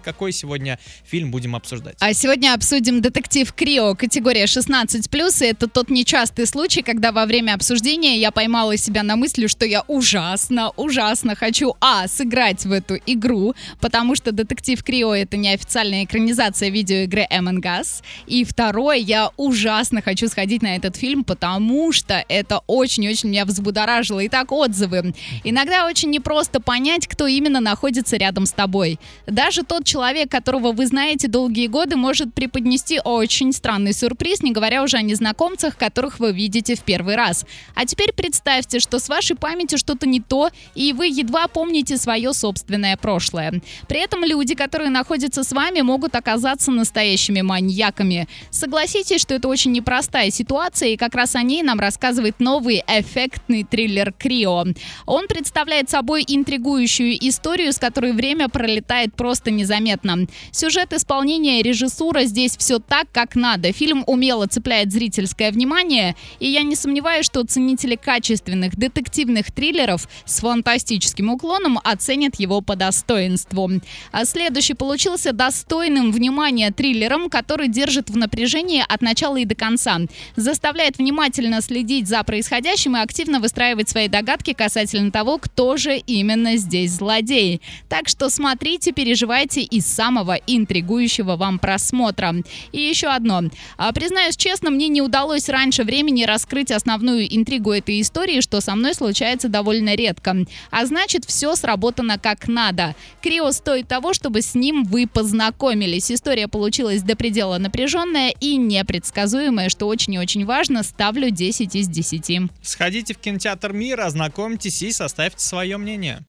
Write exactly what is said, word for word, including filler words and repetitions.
какой сегодня фильм будем обсуждать? А сегодня обсудим детектив «Крио», категория шестнадцать плюс. И это тот нечастый случай, когда во время обсуждения я поймала себя на мысли, что я ужасно, ужасно хочу, а, сыграть в эту игру, потому что детектив «Крио» — это неофициальная экранизация видеоигры Among Us. И второе, я ужасно хочу сходить на этот фильм, потому что это очень-очень меня взбудоражило. Итак, отзывы. Иногда очень непросто понять, кто именно находится рядом с тобой. Даже тот человек, которого вы знаете долгие годы, может преподнести очень странный сюрприз, не говоря уже о незнакомцах, которых вы видите в первый раз. А теперь представьте, что с вашей памятью что-то не то, и вы едва помните свое собственное прошлое. При этом люди, которые находятся с вами, могут оказаться настоящими маньяками. Согласитесь, что это очень непростая ситуация, и как раз о ней нам рассказывает новый эффектный триллер «Крио». Он представляет собой интригующую историю, с которой время пролетает просто незаметно. Сюжет, исполнение, режиссура — здесь все так, как надо. Фильм умело цепляет зрительское внимание, и я не сомневаюсь, что ценители качественных детективных триллеров с фантастическим уклоном оценят его по достоинству. А следующий получился достойным внимания триллером, который держит в напряжении от начала и до конца. Заставляет внимательно следить за происходящим и активно выстраивать свои догадки касательно того, кто же именно здесь злодей. Так что смотрите, переживайте из самого интригующего вам просмотра. И еще одно. А, признаюсь честно, мне не удалось раньше времени раскрыть основную интригу этой истории, что со мной случается довольно редко. А значит, все сработано как надо. «Крио» стоит того, чтобы с ним вы познакомились. История получилась до предела напряженная и непредсказуемая, что очень и очень важно. Ставлю десять из десяти. Сходите в кинотеатр «Мир», ознакомьтесь и составьте свое мнение.